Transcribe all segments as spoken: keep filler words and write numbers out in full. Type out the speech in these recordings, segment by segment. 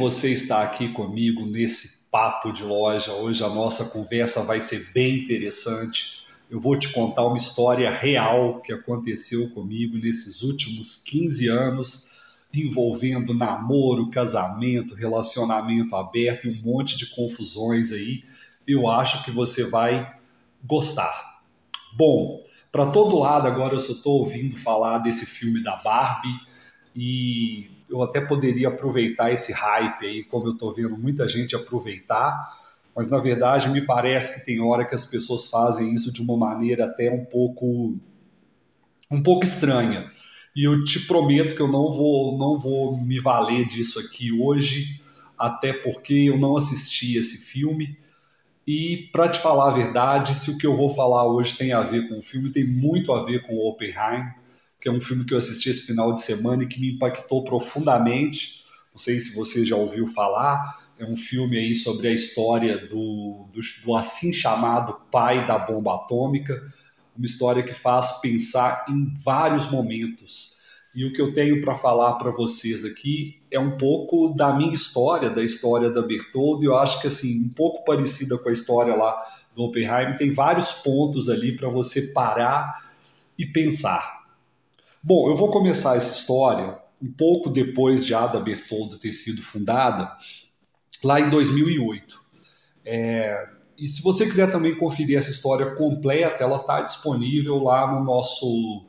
você está aqui comigo nesse papo de loja. Hoje a nossa conversa vai ser bem interessante. Eu vou te contar uma história real que aconteceu comigo nesses últimos quinze anos, envolvendo namoro, casamento, relacionamento aberto e um monte de confusões aí. Eu acho que você vai gostar. Bom, para todo lado agora eu só estou ouvindo falar desse filme da Barbie e eu até poderia aproveitar esse hype aí, como eu estou vendo muita gente aproveitar, mas na verdade me parece que tem hora que as pessoas fazem isso de uma maneira até um pouco, um pouco estranha. E eu te prometo que eu não vou, não vou me valer disso aqui hoje, até porque eu não assisti esse filme. E, para te falar a verdade, se o que eu vou falar hoje tem a ver com o filme, tem muito a ver com o Oppenheimer, que é um filme que eu assisti esse final de semana e que me impactou profundamente. Não sei se você já ouviu falar, é um filme aí sobre a história do, do, do assim chamado pai da bomba atômica, uma história que faz pensar em vários momentos. E o que eu tenho para falar para vocês aqui é um pouco da minha história, da história da Bertoldo, e eu acho que assim, um pouco parecida com a história lá do Oppenheimer, tem vários pontos ali para você parar e pensar. Bom, eu vou começar essa história um pouco depois já da Bertoldo ter sido fundada, lá em dois mil e oito. É, e se você quiser também conferir essa história completa, ela está disponível lá no nosso...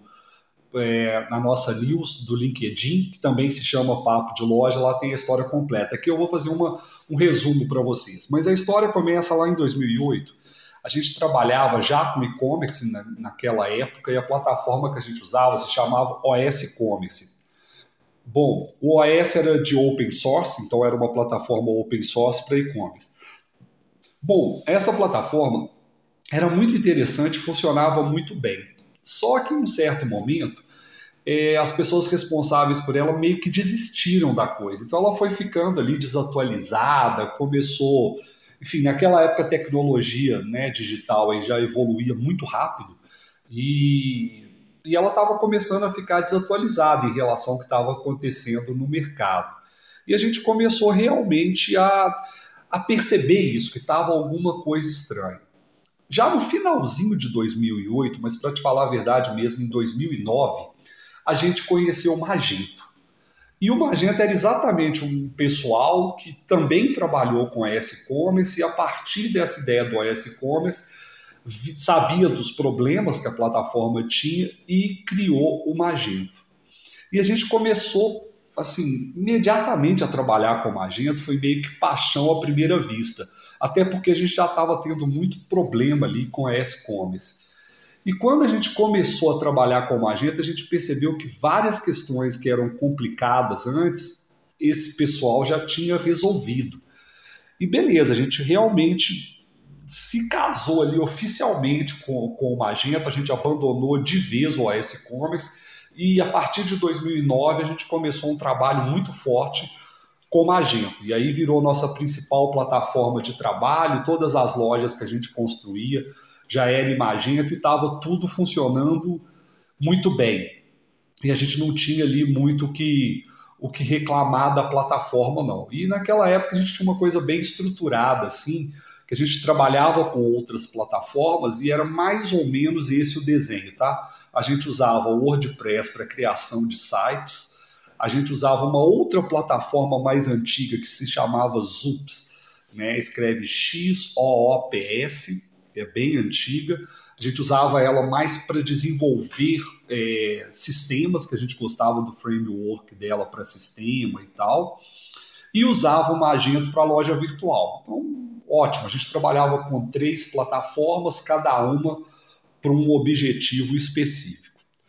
É, na nossa news do LinkedIn, que também se chama Papo de Loja, lá tem a história completa. Aqui eu vou fazer uma, um resumo para vocês. Mas a história começa lá em dois mil e oito. A gente trabalhava já com e-commerce na, naquela época e a plataforma que a gente usava se chamava O S Commerce. Bom, o O S era de open source, então era uma plataforma open source para e-commerce. Bom, essa plataforma era muito interessante, funcionava muito bem. Só que em um certo momento, é, as pessoas responsáveis por ela meio que desistiram da coisa. Então ela foi ficando ali desatualizada, começou... Enfim, naquela época a tecnologia, né, digital aí já evoluía muito rápido e, e ela estava começando a ficar desatualizada em relação ao que estava acontecendo no mercado. E a gente começou realmente a, a perceber isso, que estava alguma coisa estranha. Já no finalzinho de dois mil e oito, mas para te falar a verdade mesmo, em dois mil e nove, a gente conheceu o Magento. E o Magento era exatamente um pessoal que também trabalhou com a S-Commerce e a partir dessa ideia do S-Commerce sabia dos problemas que a plataforma tinha e criou o Magento. E a gente começou assim, imediatamente a trabalhar com o Magento, foi meio que paixão à primeira vista. Até porque a gente já estava tendo muito problema ali com a S-Commerce. E quando a gente começou a trabalhar com o Magento, a gente percebeu que várias questões que eram complicadas antes, esse pessoal já tinha resolvido. E beleza, a gente realmente se casou ali oficialmente com, com o Magento, a gente abandonou de vez o S-Commerce e a partir de dois mil e nove a gente começou um trabalho muito forte com Magento. E aí virou nossa principal plataforma de trabalho, todas as lojas que a gente construía já era em Magento e estava tudo funcionando muito bem. E a gente não tinha ali muito o que, o que reclamar da plataforma, não. E naquela época a gente tinha uma coisa bem estruturada, assim, que a gente trabalhava com outras plataformas e era mais ou menos esse o desenho, tá? A gente usava o WordPress para criação de sites, a gente usava uma outra plataforma mais antiga que se chamava Zoops, né? Escreve X O O P S, é bem antiga. A gente usava ela mais para desenvolver é, sistemas, que a gente gostava do framework dela para sistema e tal, e usava o Magento para loja virtual. Então, ótimo, a gente trabalhava com três plataformas, cada uma para um objetivo específico.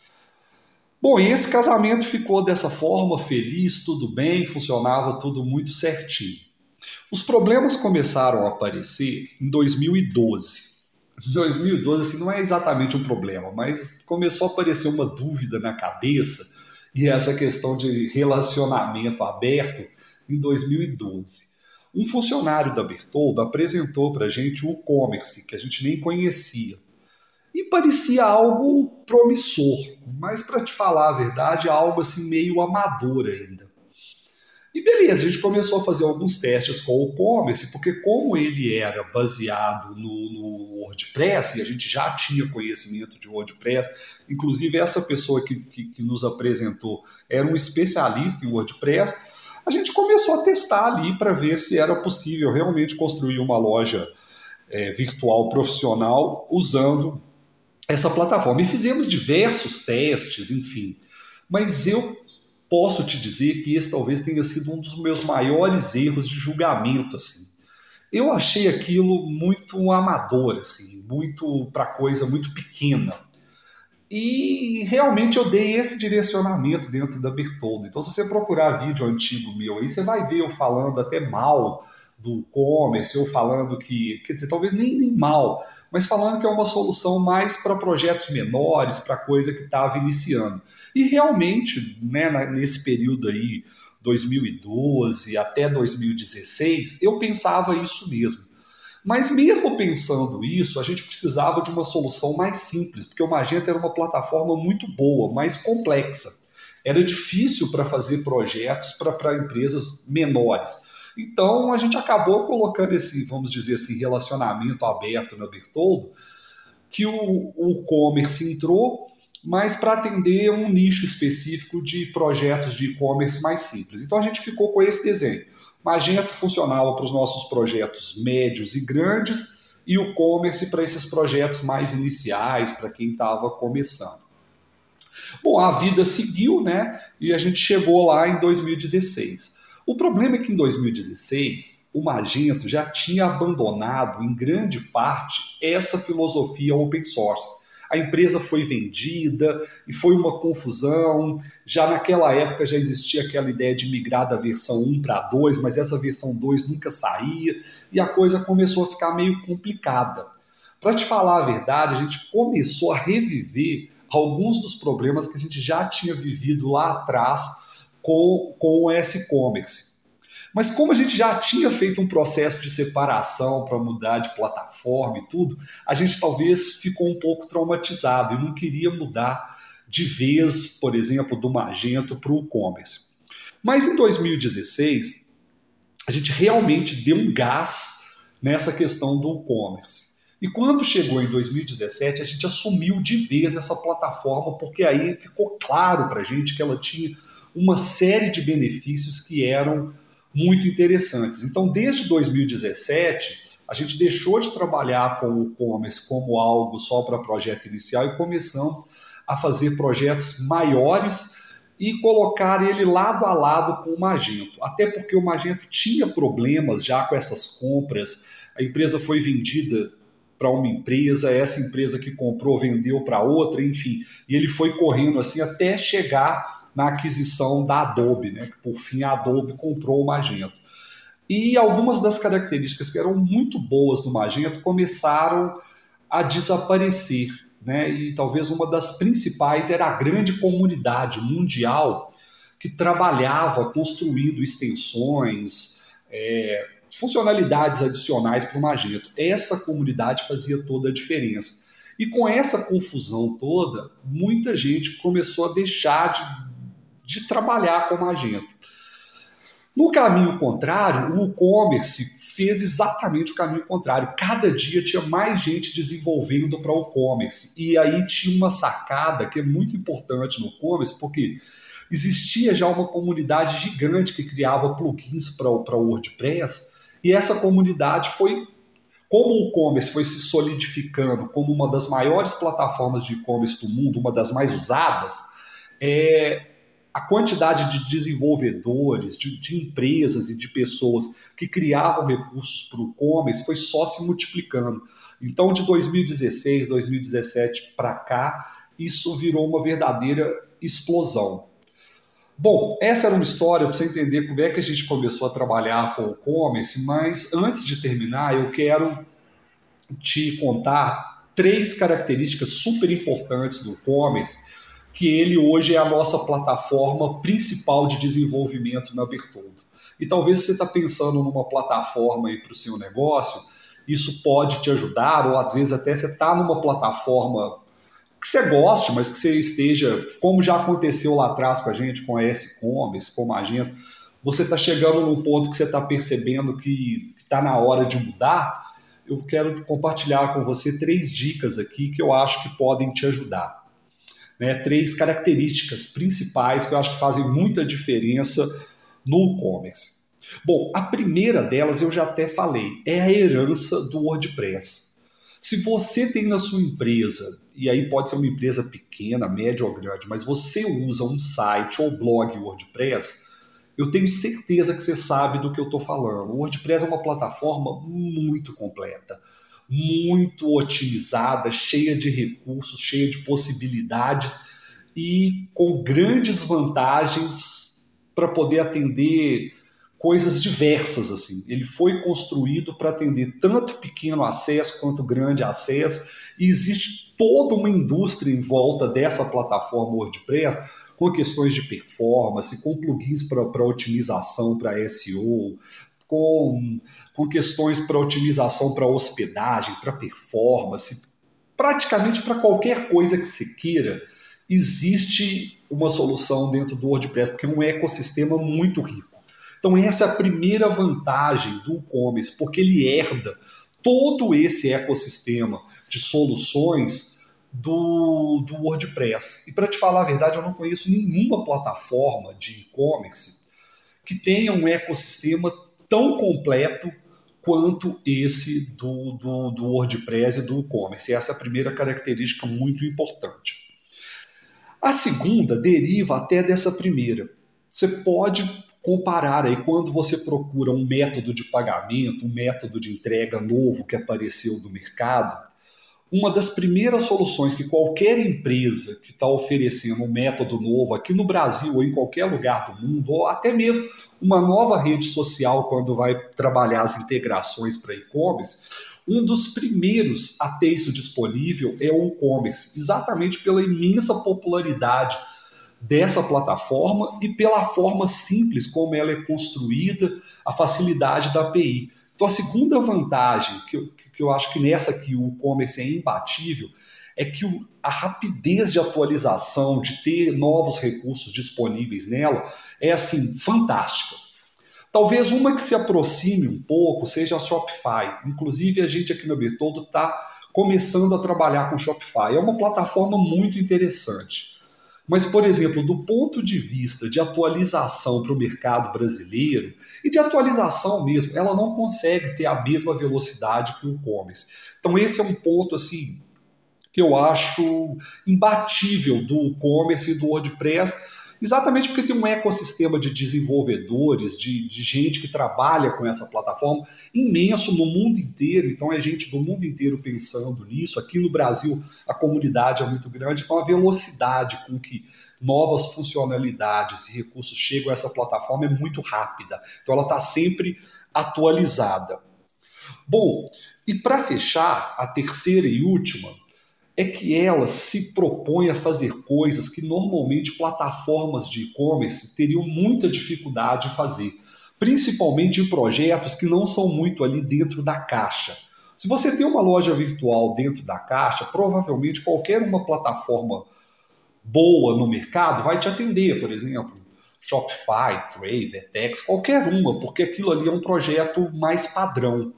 Bom, e esse casamento ficou dessa forma, feliz, tudo bem, funcionava tudo muito certinho. Os problemas começaram a aparecer em dois mil e doze. Em dois mil e doze, assim, não é exatamente um problema, mas começou a aparecer uma dúvida na cabeça, e essa questão de relacionamento aberto em dois mil e doze. Um funcionário da Bertoldo apresentou para a gente o e-commerce, que a gente nem conhecia. E parecia algo promissor, mas para te falar a verdade, algo assim meio amador ainda. E beleza, a gente começou a fazer alguns testes com o e-commerce, porque como ele era baseado no, no WordPress, e a gente já tinha conhecimento de WordPress, inclusive essa pessoa que, que, que nos apresentou era um especialista em WordPress, a gente começou a testar ali para ver se era possível realmente construir uma loja é, virtual profissional usando essa plataforma. E fizemos diversos testes, enfim. Mas eu posso te dizer que esse talvez tenha sido um dos meus maiores erros de julgamento, assim. Eu achei aquilo muito amador, assim, muito para coisa muito pequena. E realmente eu dei esse direcionamento dentro da Bertoldo. Então, se você procurar vídeo antigo meu aí, você vai ver eu falando até mal do e-commerce, ou falando que, quer dizer, talvez nem, nem mal, mas falando que é uma solução mais para projetos menores, para coisa que estava iniciando. E realmente, né, nesse período aí, dois mil e doze até dois mil e dezesseis, eu pensava isso mesmo. Mas mesmo pensando isso, a gente precisava de uma solução mais simples, porque o Magento era uma plataforma muito boa, mais complexa. Era difícil para fazer projetos para empresas menores. Então, a gente acabou colocando esse, vamos dizer assim, relacionamento aberto na Bertoldo, que o e-commerce entrou, mas para atender um nicho específico de projetos de e-commerce mais simples. Então, a gente ficou com esse desenho. Magento funcionava para os nossos projetos médios e grandes e o e-commerce para esses projetos mais iniciais, para quem estava começando. Bom, a vida seguiu, né? E a gente chegou lá em dois mil e dezesseis. O problema é que em dois mil e dezesseis o Magento já tinha abandonado em grande parte essa filosofia open source. A empresa foi vendida e foi uma confusão. Já naquela época já existia aquela ideia de migrar da versão um para dois, mas essa versão dois nunca saía e a coisa começou a ficar meio complicada. Para te falar a verdade, a gente começou a reviver alguns dos problemas que a gente já tinha vivido lá atrás com, com o e-commerce. Mas como a gente já tinha feito um processo de separação para mudar de plataforma e tudo, a gente talvez ficou um pouco traumatizado e não queria mudar de vez, por exemplo, do Magento para o e-commerce. Mas em dois mil e dezesseis, a gente realmente deu um gás nessa questão do e-commerce. E quando chegou em dois mil e dezessete, a gente assumiu de vez essa plataforma, porque aí ficou claro para a gente que ela tinha uma série de benefícios que eram muito interessantes. Então, desde dois mil e dezessete, a gente deixou de trabalhar com o e-commerce como algo só para projeto inicial e começamos a fazer projetos maiores e colocar ele lado a lado com o Magento. Até porque o Magento tinha problemas já com essas compras, a empresa foi vendida para uma empresa, essa empresa que comprou vendeu para outra, enfim, e ele foi correndo assim até chegar na aquisição da Adobe, né? Que por fim a Adobe comprou o Magento. E algumas das características que eram muito boas no Magento começaram a desaparecer, né? E talvez uma das principais era a grande comunidade mundial que trabalhava construindo extensões, é, funcionalidades adicionais para o Magento. Essa comunidade fazia toda a diferença. E com essa confusão toda, muita gente começou a deixar de de trabalhar com o Magento. No caminho contrário, o e-commerce fez exatamente o caminho contrário. Cada dia tinha mais gente desenvolvendo para o e-commerce. E aí tinha uma sacada que é muito importante no e-commerce, porque existia já uma comunidade gigante que criava plugins para o WordPress, e essa comunidade foi, como o e-commerce foi se solidificando como uma das maiores plataformas de e-commerce do mundo, uma das mais usadas, é... a quantidade de desenvolvedores, de, de empresas e de pessoas que criavam recursos para o e-commerce foi só se multiplicando. Então, de dois mil e dezesseis, dois mil e dezessete para cá, isso virou uma verdadeira explosão. Bom, essa era uma história para você entender como é que a gente começou a trabalhar com o e-commerce, mas antes de terminar, eu quero te contar três características super importantes do e-commerce, que ele hoje é a nossa plataforma principal de desenvolvimento na Bertoldo. E talvez você está pensando numa plataforma para o seu negócio, isso pode te ajudar, ou às vezes até você está numa plataforma que você goste, mas que você esteja, como já aconteceu lá atrás com a gente, com a e-commerce, com o Magento, você está chegando num ponto que você está percebendo que está na hora de mudar, eu quero compartilhar com você três dicas aqui que eu acho que podem te ajudar. Né? Três características principais que eu acho que fazem muita diferença no e-commerce. Bom, a primeira delas eu já até falei, é a herança do WordPress. Se você tem na sua empresa, e aí pode ser uma empresa pequena, média ou grande, mas você usa um site ou blog WordPress, eu tenho certeza que você sabe do que eu estou falando. O WordPress é uma plataforma muito completa, muito otimizada, cheia de recursos, cheia de possibilidades e com grandes vantagens para poder atender coisas diversas, assim. Ele foi construído para atender tanto pequeno acesso quanto grande acesso, e existe toda uma indústria em volta dessa plataforma WordPress, com questões de performance, com plugins para otimização para S E O, com, com questões para otimização para hospedagem, para performance, praticamente para qualquer coisa que você queira, existe uma solução dentro do WordPress, porque é um ecossistema muito rico. Então essa é a primeira vantagem do e-commerce, porque ele herda todo esse ecossistema de soluções do, do WordPress. E para te falar a verdade, eu não conheço nenhuma plataforma de e-commerce que tenha um ecossistema tão completo quanto esse do, do, do WordPress e do e-commerce. Essa é a primeira característica muito importante. A segunda deriva até dessa primeira. Você pode comparar aí quando você procura um método de pagamento, um método de entrega novo que apareceu no mercado. Uma das primeiras soluções que qualquer empresa que está oferecendo um método novo aqui no Brasil ou em qualquer lugar do mundo, ou até mesmo uma nova rede social quando vai trabalhar as integrações para e-commerce, um dos primeiros a ter isso disponível é o e-commerce, exatamente pela imensa popularidade dessa plataforma e pela forma simples como ela é construída, a facilidade da A P I. Então a segunda vantagem, que eu, que eu acho que nessa aqui o e-commerce é imbatível, é que o, a rapidez de atualização, de ter novos recursos disponíveis nela, é assim, fantástica. Talvez uma que se aproxime um pouco seja a Shopify. Inclusive a gente aqui no Bertoldo está começando a trabalhar com Shopify. É uma plataforma muito interessante. Mas, por exemplo, do ponto de vista de atualização para o mercado brasileiro, e de atualização mesmo, ela não consegue ter a mesma velocidade que o e-commerce. Então esse é um ponto assim, que eu acho imbatível do e-commerce e do WordPress, exatamente porque tem um ecossistema de desenvolvedores, de, de gente que trabalha com essa plataforma imenso no mundo inteiro. Então é gente do mundo inteiro pensando nisso. Aqui no Brasil a comunidade é muito grande, então a velocidade com que novas funcionalidades e recursos chegam a essa plataforma é muito rápida. Então ela está sempre atualizada. Bom, e para fechar, a terceira e última é que ela se propõe a fazer coisas que normalmente plataformas de e-commerce teriam muita dificuldade em fazer, principalmente em projetos que não são muito ali dentro da caixa. Se você tem uma loja virtual dentro da caixa, provavelmente qualquer uma plataforma boa no mercado vai te atender, por exemplo, Shopify, Tray, Vertex, qualquer uma, porque aquilo ali é um projeto mais padrão.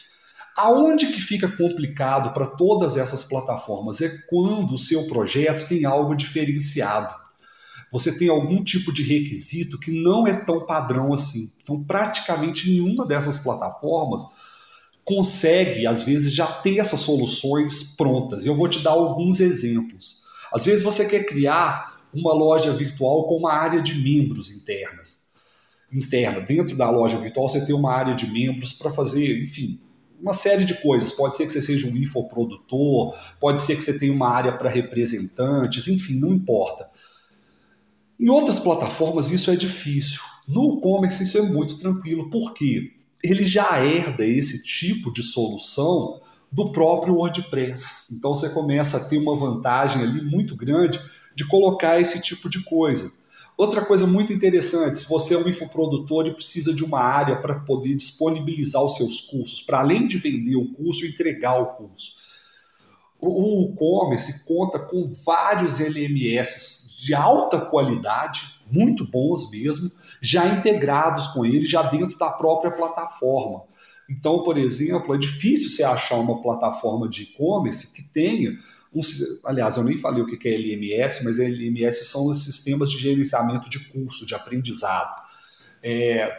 Aonde que fica complicado para todas essas plataformas é quando o seu projeto tem algo diferenciado. Você tem algum tipo de requisito que não é tão padrão assim. Então, praticamente nenhuma dessas plataformas consegue, às vezes, já ter essas soluções prontas. Eu vou te dar alguns exemplos. Às vezes você quer criar uma loja virtual com uma área de membros internas. Interna. Dentro da loja virtual você tem uma área de membros para fazer, enfim, uma série de coisas. Pode ser que você seja um infoprodutor, pode ser que você tenha uma área para representantes, enfim, não importa. Em outras plataformas isso é difícil. No e-commerce isso é muito tranquilo. Por quê? Ele já herda esse tipo de solução do próprio WordPress. Então você começa a ter uma vantagem ali muito grande de colocar esse tipo de coisa. Outra coisa muito interessante, se você é um infoprodutor e precisa de uma área para poder disponibilizar os seus cursos, para além de vender o curso, entregar o curso. O e-commerce conta com vários L M S de alta qualidade muito bons mesmo, já integrados com ele, já dentro da própria plataforma. Então, por exemplo, é difícil você achar uma plataforma de e-commerce que tenha, um, aliás, eu nem falei o que é L M S, mas L M S são os sistemas de gerenciamento de curso, de aprendizado. É,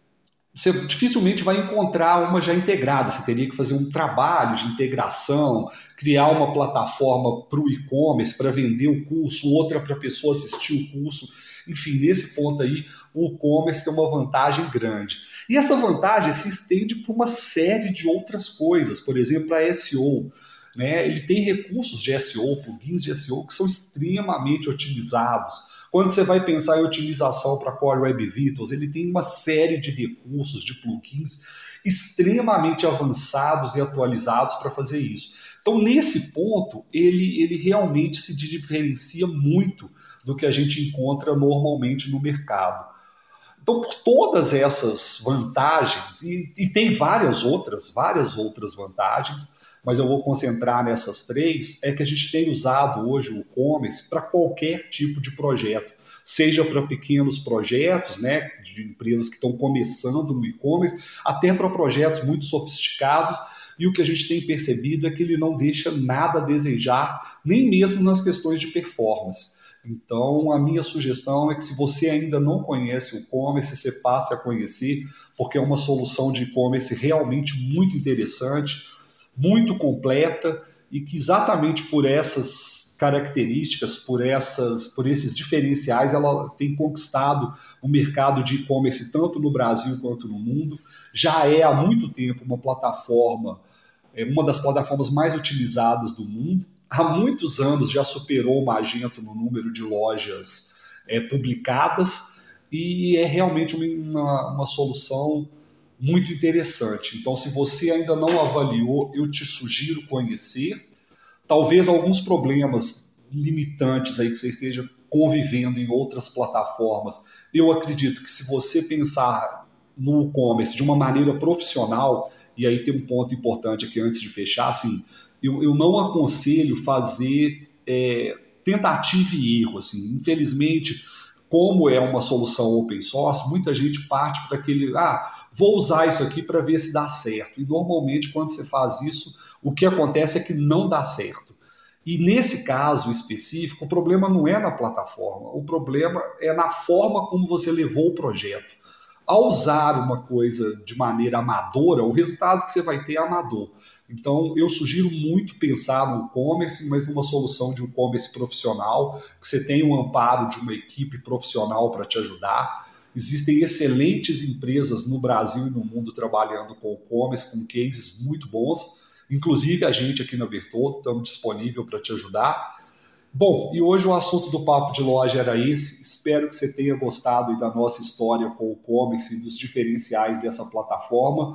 você dificilmente vai encontrar uma já integrada, você teria que fazer um trabalho de integração, criar uma plataforma para o e-commerce, para vender o curso, outra para a pessoa assistir o curso. Enfim, nesse ponto aí, o e-commerce tem uma vantagem grande. E essa vantagem se estende para uma série de outras coisas, por exemplo, a S E O. Né? Ele tem recursos de S E O, plugins de S E O, que são extremamente otimizados. Quando você vai pensar em otimização para Core Web Vitals, ele tem uma série de recursos, de plugins extremamente avançados e atualizados para fazer isso. Então, nesse ponto, ele, ele realmente se diferencia muito do que a gente encontra normalmente no mercado. Então, por todas essas vantagens, e, e tem várias outras, várias outras vantagens, mas eu vou concentrar nessas três, é que a gente tem usado hoje o e-commerce para qualquer tipo de projeto, seja para pequenos projetos, né, de empresas que estão começando no e-commerce, até para projetos muito sofisticados, e o que a gente tem percebido é que ele não deixa nada a desejar, nem mesmo nas questões de performance. Então, a minha sugestão é que se você ainda não conhece o e-commerce, você passe a conhecer, porque é uma solução de e-commerce realmente muito interessante, muito completa e que exatamente por essas características, por, essas, por esses diferenciais, ela tem conquistado o mercado de e-commerce tanto no Brasil quanto no mundo. Já é há muito tempo uma plataforma, é uma das plataformas mais utilizadas do mundo. Há muitos anos já superou o Magento no número de lojas é, publicadas e é realmente uma, uma solução muito interessante. Então, se você ainda não avaliou, eu te sugiro conhecer. Talvez alguns problemas limitantes aí que você esteja convivendo em outras plataformas. Eu acredito que se você pensar no e-commerce de uma maneira profissional, e aí tem um ponto importante aqui antes de fechar, assim, eu, eu não aconselho fazer é, tentativa e erro. Assim. Infelizmente, como é uma solução open source, muita gente parte para aquele, ah, vou usar isso aqui para ver se dá certo. E normalmente, quando você faz isso, o que acontece é que não dá certo. E nesse caso específico, o problema não é na plataforma, o problema é na forma como você levou o projeto. Ao usar uma coisa de maneira amadora, o resultado que você vai ter é amador. Então, eu sugiro muito pensar no e-commerce, mas numa solução de e-commerce profissional, que você tenha um amparo de uma equipe profissional para te ajudar. Existem excelentes empresas no Brasil e no mundo trabalhando com e-commerce, com cases muito bons. Inclusive, a gente aqui na Bertoldo estamos disponível para te ajudar. Bom, e hoje o assunto do Papo de Loja era esse. Espero que você tenha gostado da nossa história com o e-commerce e dos diferenciais dessa plataforma.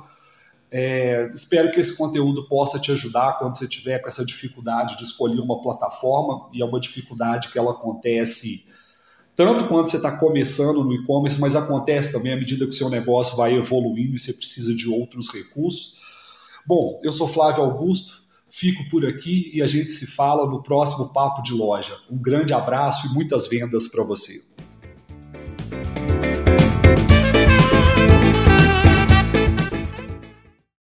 É, espero que esse conteúdo possa te ajudar quando você tiver com essa dificuldade de escolher uma plataforma, e é uma dificuldade que ela acontece tanto quando você está começando no e-commerce, mas acontece também à medida que o seu negócio vai evoluindo e você precisa de outros recursos. Bom, eu sou Flávio Augusto, fico por aqui e a gente se fala no próximo Papo de Loja. Um grande abraço e muitas vendas para você.